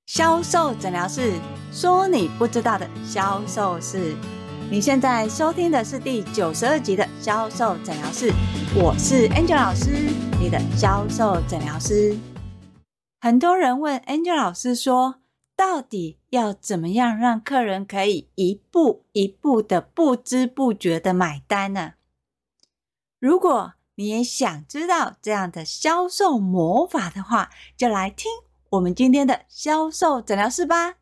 销售诊疗室，说你不知道的销售事。你现在收听的是第92集的销售诊疗室，我是 Angel 老师，你的销售诊疗师。很多人问 Angel 老师说，到底要怎么样让客人可以一步一步的不知不觉的买单呢？如果你也想知道这样的销售魔法的话，就来听我们今天的销售诊疗室吧。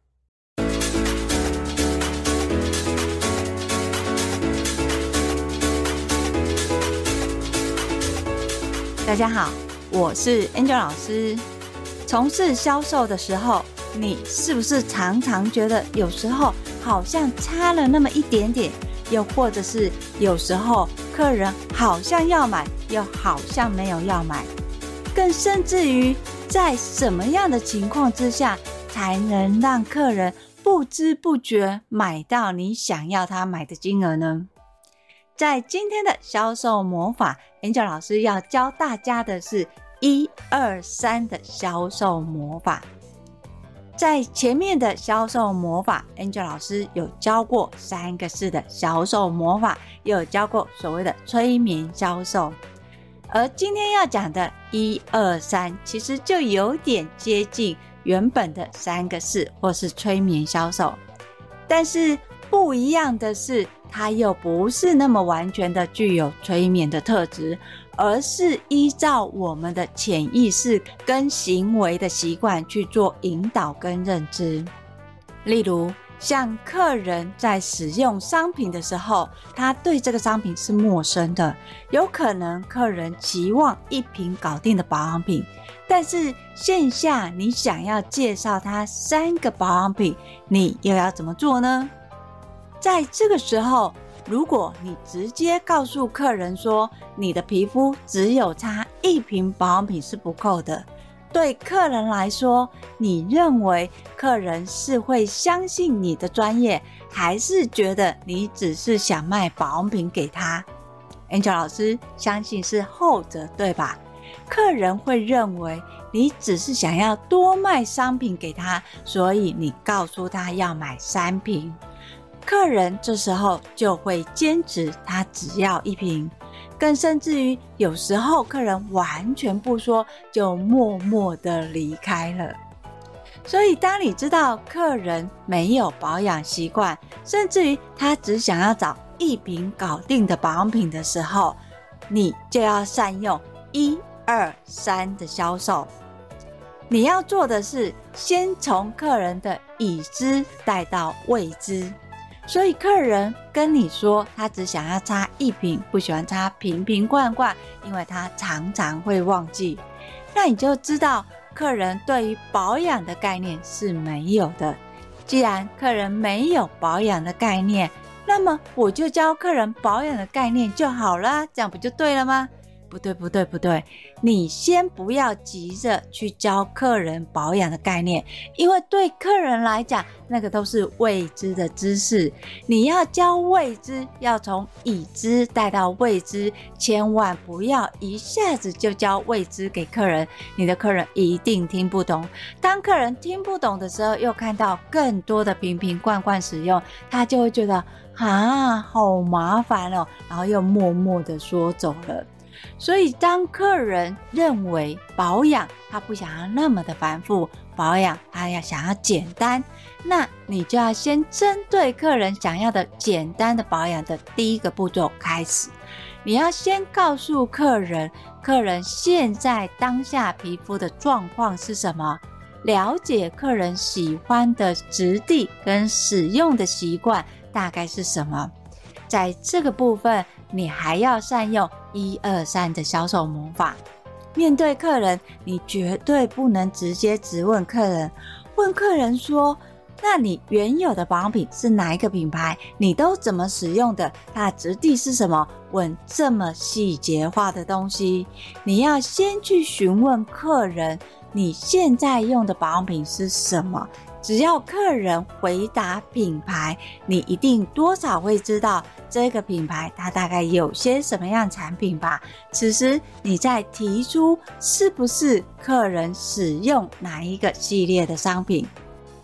大家好，我是 Angel 老师。从事销售的时候，你是不是常常觉得有时候好像差了那么一点点，又或者是有时候客人好像要买，又好像没有要买，更甚至于在什么样的情况之下才能让客人不知不觉买到你想要他买的金额呢？在今天的销售魔法 Angel 老师要教大家的是123的销售魔法。在前面的销售魔法 Angel 老师有教过3个式的销售魔法，也有教过所谓的催眠销售。而今天要讲的123其实就有点接近原本的3个式或是催眠销售，但是不一样的是，它又不是那么完全的具有催眠的特质，而是依照我们的潜意识跟行为的习惯去做引导跟认知。例如像客人在使用商品的时候，他对这个商品是陌生的，有可能客人期望一瓶搞定的保养品，但是线下你想要介绍他3个保养品，你又要怎么做呢？在这个时候，如果你直接告诉客人说你的皮肤只有擦1瓶保养品是不够的，对客人来说，你认为客人是会相信你的专业，还是觉得你只是想卖保养品给他？ Angel 老师相信是后者，对吧？客人会认为你只是想要多卖商品给他，所以你告诉他要买3瓶。客人这时候就会坚持他只要1瓶，更甚至于有时候客人完全不说，就默默的离开了。所以当你知道客人没有保养习惯，甚至于他只想要找1瓶搞定的保养品的时候，你就要善用123的销售。你要做的是先从客人的已知带到未知。所以客人跟你说他只想要擦1瓶，不喜欢擦瓶瓶罐罐，因为他常常会忘记，那你就知道客人对于保养的概念是没有的。既然客人没有保养的概念，那么我就教客人保养的概念就好了，这样不就对了吗？不对，你先不要急着去教客人保养的概念，因为对客人来讲，那个都是未知的知识。你要教未知，要从已知带到未知，千万不要一下子就教未知给客人，你的客人一定听不懂。当客人听不懂的时候，又看到更多的瓶瓶罐罐使用，他就会觉得好麻烦哦，然后又默默的说走了。所以当客人认为保养他不想要那么的繁复，保养他想要简单，那你就要先针对客人想要的简单的保养的第一个步骤开始。你要先告诉客人现在当下皮肤的状况是什么，了解客人喜欢的质地跟使用的习惯大概是什么。在这个部分，你还要善用123的销售魔法。面对客人，你绝对不能直接质问客人，问客人说，那你原有的保养品是哪一个品牌？你都怎么使用的？它的质地是什么？问这么细节化的东西，你要先去询问客人，你现在用的保养品是什么？只要客人回答品牌，你一定多少会知道这个品牌它大概有些什么样产品吧。此时你再提出是不是客人使用哪一个系列的商品。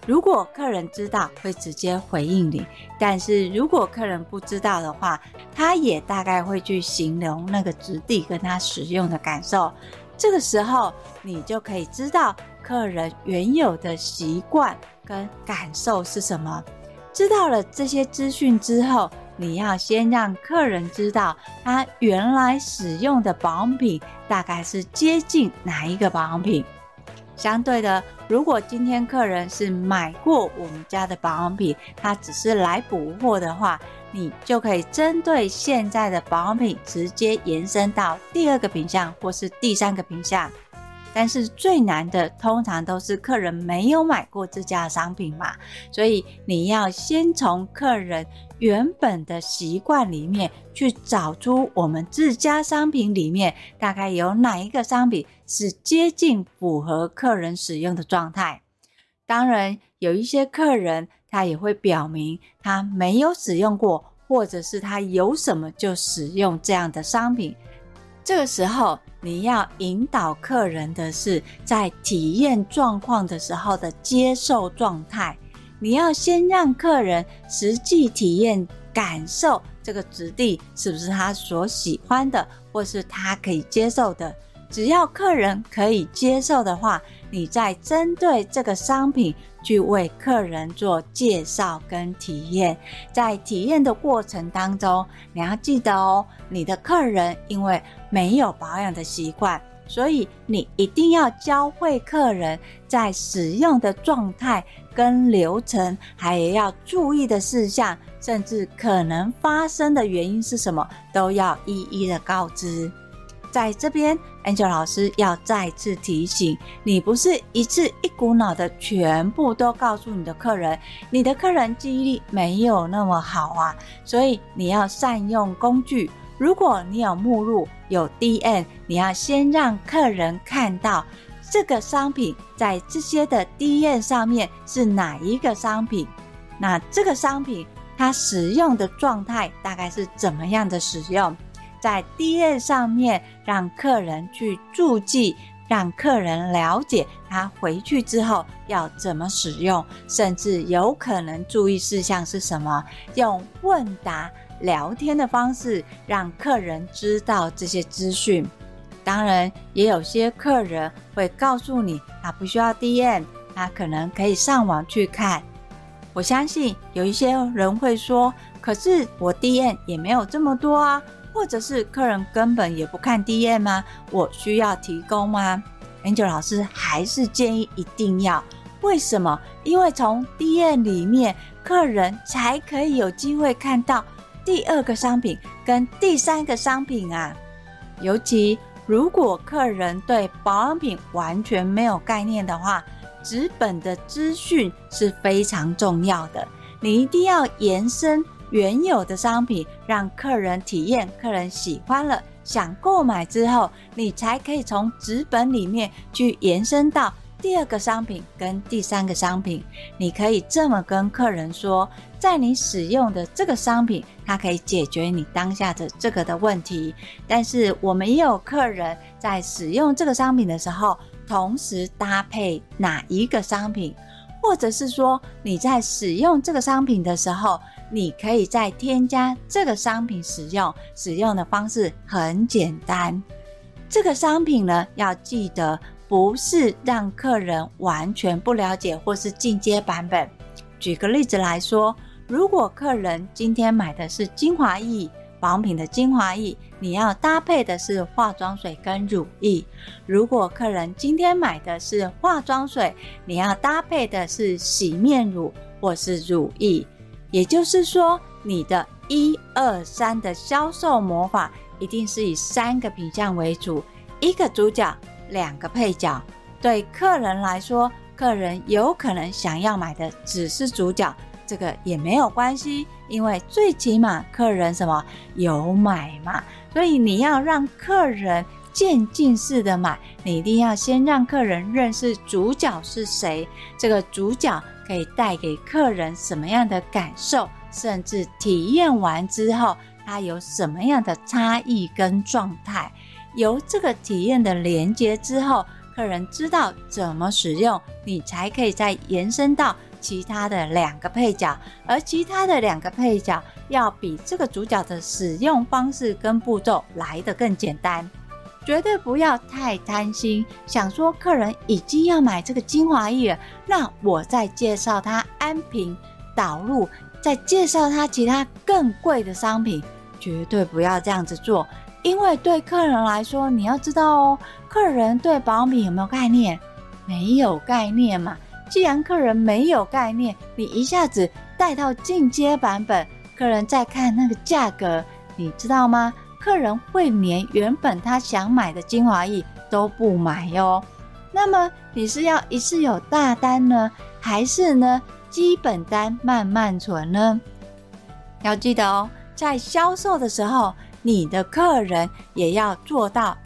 如果客人知道，会直接回应你，但是如果客人不知道的话，他也大概会去形容那个质地跟他使用的感受。这个时候你就可以知道客人原有的习惯跟感受是什么。知道了这些资讯之后，你要先让客人知道他原来使用的保养品大概是接近哪一个保养品。相对的，如果今天客人是买过我们家的保养品，他只是来补货的话，你就可以针对现在的保养品直接延伸到第二个品项或是第三个品项。但是最难的通常都是客人没有买过这家的商品嘛，所以你要先从客人原本的习惯里面去找出我们自家商品里面大概有哪一个商品是接近符合客人使用的状态。当然有一些客人他也会表明他没有使用过，或者是他有什么就使用这样的商品。这个时候你要引导客人的是在体验状况的时候的接受状态，你要先让客人实际体验感受这个质地是不是他所喜欢的，或是他可以接受的。只要客人可以接受的话，你再针对这个商品去为客人做介绍跟体验。在体验的过程当中，你要记得哦，你的客人因为没有保养的习惯，所以你一定要教会客人在使用的状态跟流程，还有要注意的事项，甚至可能发生的原因是什么，都要一一的告知。在这边 Angel 老师要再次提醒，你不是一次一股脑的全部都告诉你的客人，你的客人记忆力没有那么好啊，所以你要善用工具。如果你有目录有 DM， 你要先让客人看到这个商品在这些的 DM 上面是哪一个商品，那这个商品它使用的状态大概是怎么样的使用，在 DM 上面让客人去注记，让客人了解他回去之后要怎么使用，甚至有可能注意事项是什么，用问答聊天的方式让客人知道这些资讯。当然也有些客人会告诉你他不需要 DM， 他可能可以上网去看。我相信有一些人会说，可是我 DM 也没有这么多啊，或者是客人根本也不看 DM 吗？我需要提供吗？ Angel 老师还是建议一定要。为什么？因为从 DM 里面客人才可以有机会看到第二个商品跟第三个商品啊。尤其如果客人对保养品完全没有概念的话，纸本的资讯是非常重要的，你一定要延伸原有的商品，让客人体验，客人喜欢了想购买之后，你才可以从纸本里面去延伸到第二个商品跟第三个商品。你可以这么跟客人说，在你使用的这个商品它可以解决你当下的这个的问题，但是我们也有客人在使用这个商品的时候同时搭配哪一个商品，或者是说你在使用这个商品的时候，你可以再添加这个商品使用的方式很简单。这个商品呢，要记得不是让客人完全不了解或是进阶版本。举个例子来说，如果客人今天买的是精华液，保养品的精华液，你要搭配的是化妆水跟乳液。如果客人今天买的是化妆水，你要搭配的是洗面乳或是乳液。也就是说，你的1、2、3的销售魔法一定是以3个品项为主，一个主角，2个配角。对客人来说，客人有可能想要买的只是主角，这个也没有关系，因为最起码客人什么有买嘛，所以你要让客人渐进式的买，你一定要先让客人认识主角是谁，这个主角可以带给客人什么样的感受，甚至体验完之后它有什么样的差异跟状态。由这个体验的连接之后， 客人知道怎么使用，你才可以再延伸到其他的2个配角，而其他的2个配角要比这个主角的使用方式跟步骤来得更简单。绝对不要太贪心，想说客人已经要买这个精华液了，那我再介绍他安瓶导入，再介绍他其他更贵的商品，绝对不要这样子做。因为对客人来说，你要知道哦，客人对保养品有没有概念？没有概念嘛。既然客人没有概念，你一下子带到进阶版本，客人再看那个价格，你知道吗？客人会连原本他想买的精华液都不买哟。那么你是要一次有大单呢，还是呢基本单慢慢存呢？要记得哦，在销售的时候，你的客人也要做到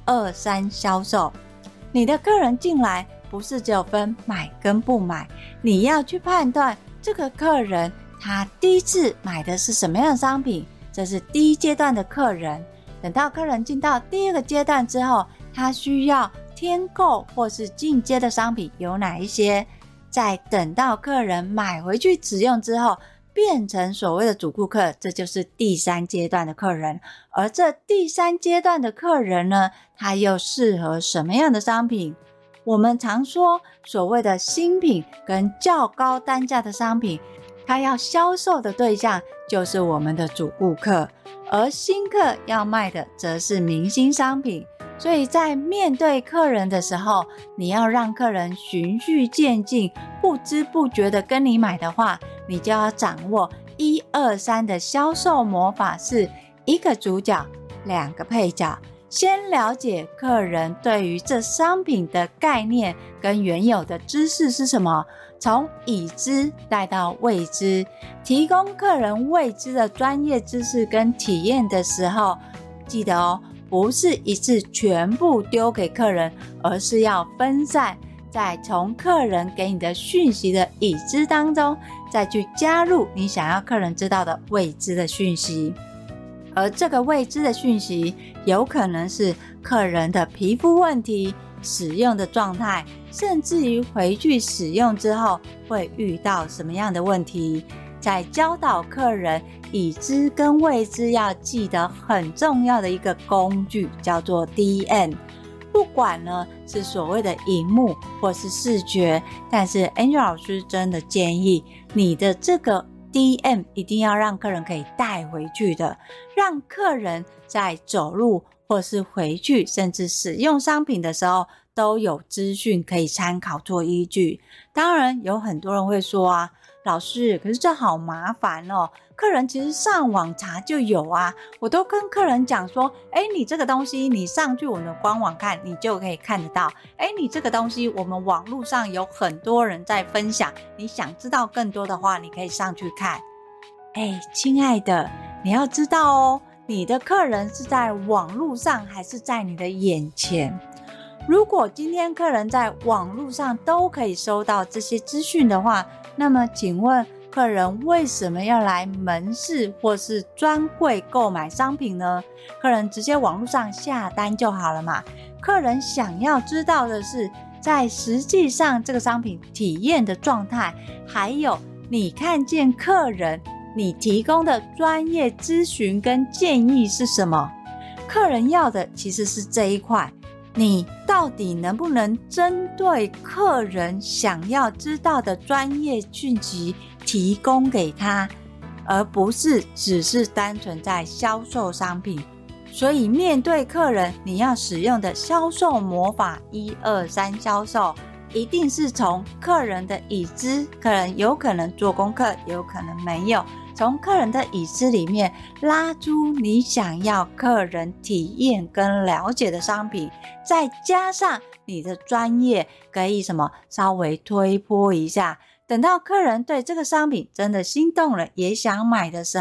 1、2、3销售。你的客人进来不是只有分买跟不买，你要去判断这个客人他第一次买的是什么样的商品，这是第一阶段的客人。等到客人进到第2个阶段之后，他需要添购或是进阶的商品有哪一些，再等到客人买回去使用之后，变成所谓的主顾客，这就是第3阶段的客人。而这第3阶段的客人呢，他又适合什么样的商品？我们常说所谓的新品跟较高单价的商品，他要销售的对象就是我们的主顾客，而新客要卖的则是明星商品。所以在面对客人的时候，你要让客人循序渐进，不知不觉的跟你买的话，你就要掌握1、2、3的销售魔法，是1个主角2个配角。先了解客人对于这商品的概念跟原有的知识是什么，从已知带到未知，提供客人未知的专业知识跟体验的时候，记得哦，不是一次全部丢给客人，而是要分散，再从客人给你的讯息的已知当中，再去加入你想要客人知道的未知的讯息。而这个未知的讯息有可能是客人的皮肤问题、使用的状态，甚至于回去使用之后会遇到什么样的问题。在教导客人已知跟未知，要记得很重要的一个工具叫做 DM。 不管呢是所谓的荧幕或是视觉，但是 Angel 老师真的建议你的这个DM 一定要让客人可以带回去的，让客人在走路或是回去甚至使用商品的时候都有资讯可以参考做依据。当然有很多人会说啊，老师可是这好麻烦哦，客人其实上网查就有啊，我都跟客人讲说你这个东西你上去我们的官网看你就可以看得到，你这个东西我们网络上有很多人在分享，你想知道更多的话你可以上去看。亲爱的，你要知道哦，你的客人是在网络上还是在你的眼前？如果今天客人在网络上都可以收到这些资讯的话，那么请问客人为什么要来门市或是专柜购买商品呢？客人直接网络上下单就好了嘛。客人想要知道的是在实际上这个商品体验的状态，还有你看见客人你提供的专业咨询跟建议是什么。客人要的其实是这一块，你到底能不能针对客人想要知道的专业讯息提供给他，而不是只是单纯在销售商品。所以面对客人，你要使用的销售魔法1、2、3销售，一定是从客人的已知，客人有可能做功课，有可能没有，从客人的已知里面拉出你想要客人体验跟了解的商品，再加上你的专业可以稍微推波一下，等到客人对这个商品真的心动了也想买的时候，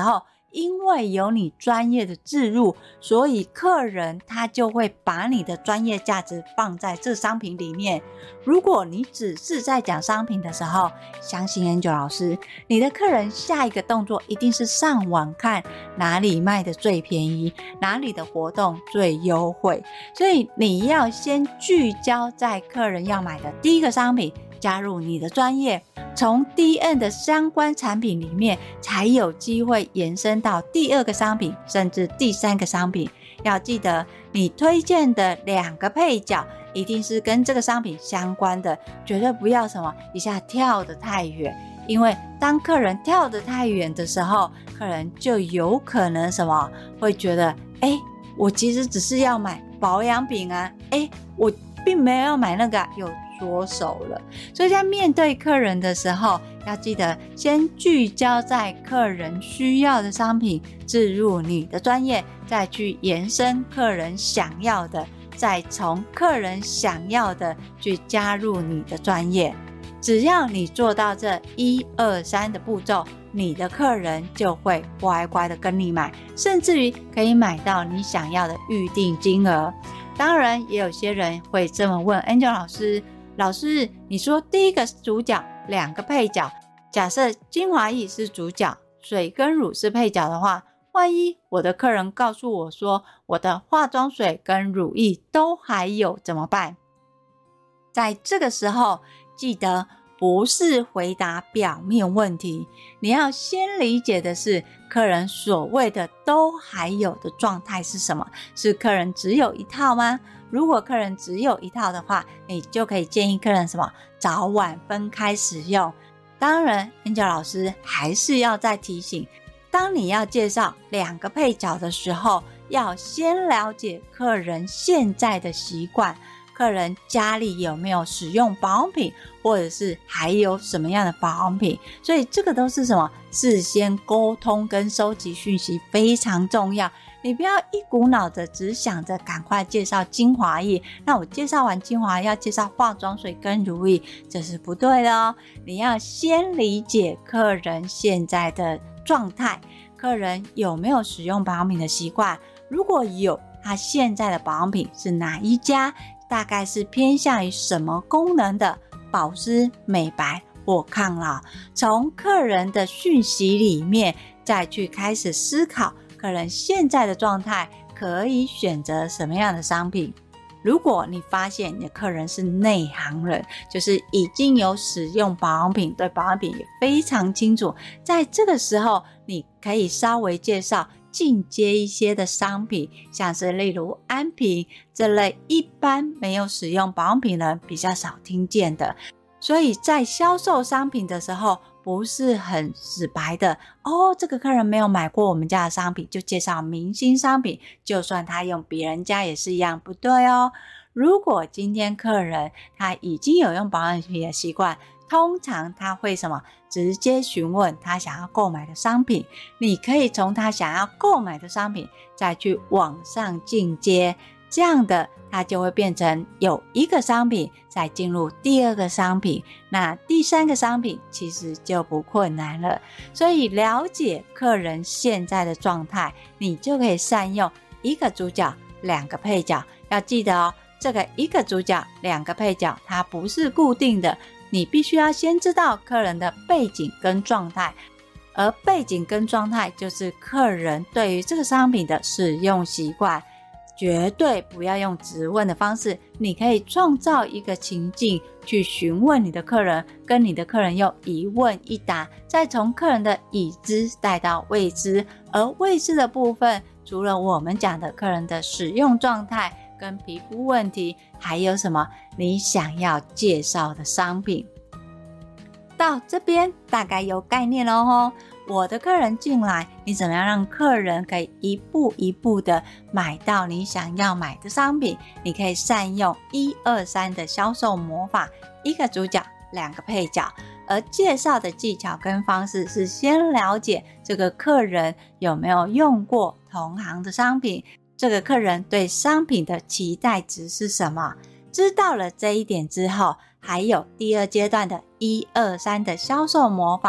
因为有你专业的置入，所以客人他就会把你的专业价值放在这商品里面。如果你只是在讲商品的时候，相信 Angel 老师，你的客人下一个动作一定是上网看哪里卖的最便宜，哪里的活动最优惠。所以你要先聚焦在客人要买的第一个商品，加入你的专业，从 DN 的相关产品里面才有机会延伸到第二个商品，甚至第三个商品。要记得你推荐的2个配角一定是跟这个商品相关的，绝对不要什么一下跳得太远，因为当客人跳得太远的时候，客人就有可能什么会觉得我其实只是要买保养品啊，我并没有要买那个有着手了。所以在面对客人的时候，要记得先聚焦在客人需要的商品，置入你的专业，再去延伸客人想要的，再从客人想要的去加入你的专业。只要你做到这1、2、3的步骤，你的客人就会乖乖的跟你买，甚至于可以买到你想要的预定金额。当然也有些人会这么问 Angel 老师你说第一个主角2个配角，假设精华液是主角，水跟乳是配角的话，万一我的客人告诉我说我的化妆水跟乳液都还有怎么办？在这个时候记得不是回答表面问题，你要先理解的是客人所谓的都还有的状态是什么？是客人只有一套吗？如果客人只有一套的话，你就可以建议客人什么？早晚分开使用。当然 Angel 老师还是要再提醒，当你要介绍2个配角的时候，要先了解客人现在的习惯，客人家里有没有使用保养品，或者是还有什么样的保养品。所以这个都是什么？事先沟通跟收集讯息非常重要。你不要一股脑的只想着赶快介绍精华液，那我介绍完精华液要介绍化妆水跟乳液，这是不对的哦。你要先理解客人现在的状态，客人有没有使用保养品的习惯，如果有，他现在的保养品是哪一家，大概是偏向于什么功能的，保湿、美白或抗老。从客人的讯息里面再去开始思考客人现在的状态，可以选择什么样的商品。如果你发现你的客人是内行人，就是已经有使用保养品，对保养品也非常清楚，在这个时候你可以稍微介绍进阶一些的商品，像是例如安瓶这类一般没有使用保养品的人比较少听见的。所以在销售商品的时候，不是很死白的这个客人没有买过我们家的商品就介绍明星商品，就算他用别人家也是一样，不对哦。如果今天客人他已经有用保养品的习惯，通常他会什么？直接询问他想要购买的商品，你可以从他想要购买的商品再去往上进阶，这样的它就会变成有一个商品再进入第2个商品，那第3个商品其实就不困难了。所以了解客人现在的状态，你就可以善用1个主角2个配角。要记得哦，这个1个主角2个配角它不是固定的，你必须要先知道客人的背景跟状态，而背景跟状态就是客人对于这个商品的使用习惯。绝对不要用质问的方式，你可以创造一个情境去询问你的客人，跟你的客人用一问一答，再从客人的已知带到未知。而未知的部分，除了我们讲的客人的使用状态跟皮肤问题，还有什么你想要介绍的商品。到这边大概有概念了哦。我的客人进来，你怎么样让客人可以一步一步的买到你想要买的商品？你可以善用1、2、3的销售魔法，1个主角2个配角，而介绍的技巧跟方式是先了解这个客人有没有用过同行的商品，这个客人对商品的期待值是什么。知道了这一点之后，还有第2阶段的1、2、3的销售魔法。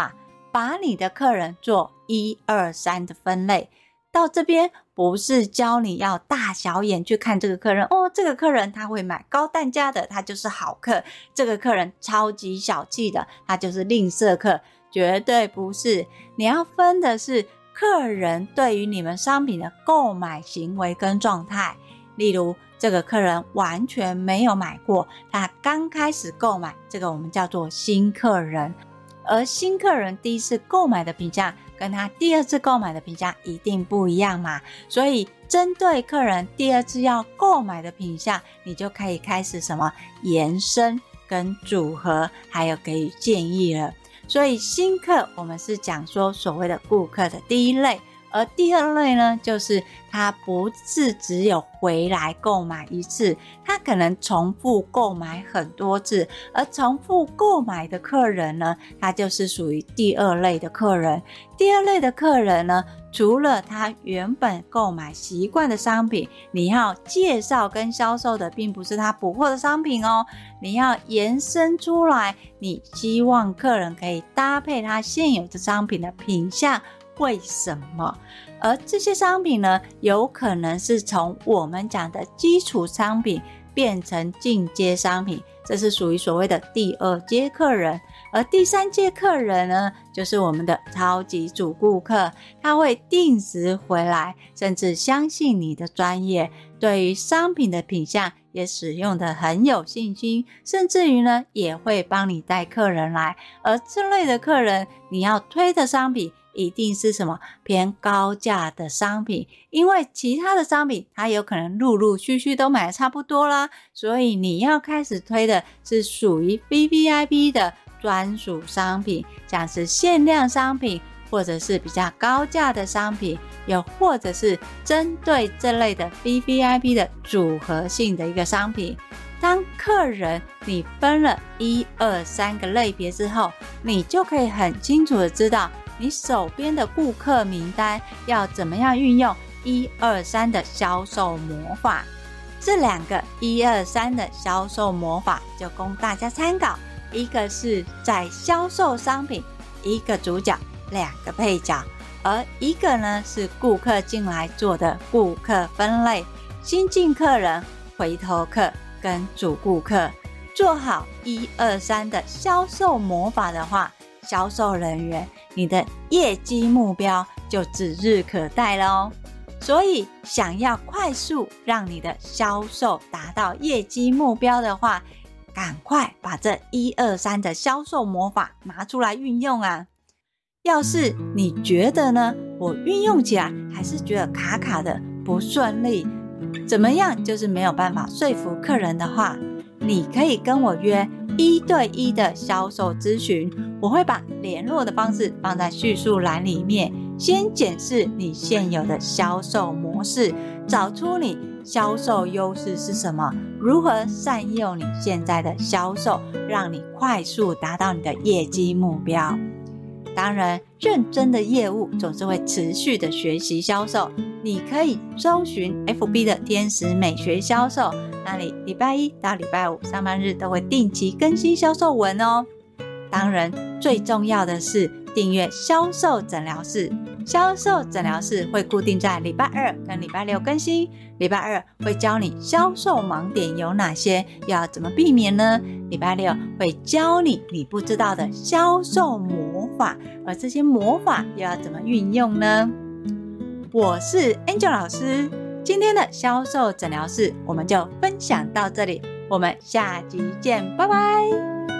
把你的客人做1、2、3的分类。到这边不是教你要大小眼去看这个客人这个客人他会买高单价的，他就是好客，这个客人超级小气的，他就是吝啬客，绝对不是。你要分的是客人对于你们商品的购买行为跟状态。例如这个客人完全没有买过，他刚开始购买，这个我们叫做新客人。而新客人第一次购买的评价跟他第二次购买的评价一定不一样嘛，所以针对客人第二次要购买的评价，你就可以开始什么延伸跟组合，还有给予建议了。所以新客我们是讲说所谓的顾客的第一类，而第二类呢，就是他不是只有回来购买一次，他可能重复购买很多次，而重复购买的客人呢，他就是属于第二类的客人。第二类的客人呢，除了他原本购买习惯的商品，你要介绍跟销售的并不是他补货的商品你要延伸出来，你希望客人可以搭配他现有的商品的品项，为什么？而这些商品呢，有可能是从我们讲的基础商品变成进阶商品，这是属于所谓的第二阶客人。而第三阶客人呢，就是我们的超级主顾客，他会定时回来，甚至相信你的专业，对于商品的品项也使用的很有信心，甚至于呢也会帮你带客人来。而这类的客人，你要推的商品一定是什么偏高价的商品，因为其他的商品它有可能陆陆续续都买得差不多啦，所以你要开始推的是属于 VVIP 的专属商品，像是限量商品，或者是比较高价的商品，又或者是针对这类的 VVIP 的组合性的一个商品。当客人你分了1、2、3个类别之后，你就可以很清楚的知道你手边的顾客名单要怎么样运用1、2、3的销售魔法。这两个1、2、3的销售魔法就供大家参考，一个是在销售商品，一个主角2个配角，而一个呢是顾客进来做的顾客分类，新进客人、回头客跟主顾客。做好1、2、3的销售魔法的话，销售人员你的业绩目标就指日可待了所以想要快速让你的销售达到业绩目标的话，赶快把这1、2、3的销售魔法拿出来运用啊。要是你觉得呢，我运用起来还是觉得卡卡的不顺利，怎么样就是没有办法说服客人的话，你可以跟我约1对1的销售咨询，我会把联络的方式放在叙述栏里面，先检视你现有的销售模式，找出你销售优势是什么，如何善用你现在的销售，让你快速达到你的业绩目标。当然，认真的业务总是会持续的学习销售，你可以搜寻 FB 的天使美学销售，那里礼拜1到礼拜5上班日都会定期更新销售文当然，最重要的是订阅销售诊疗室。销售诊疗室会固定在礼拜2跟礼拜6更新，礼拜2会教你销售盲点有哪些，又要怎么避免呢？礼拜6会教你不知道的销售魔法，而这些魔法又要怎么运用呢？我是 Angel 老师，今天的销售诊疗室我们就分享到这里，我们下集见，拜拜。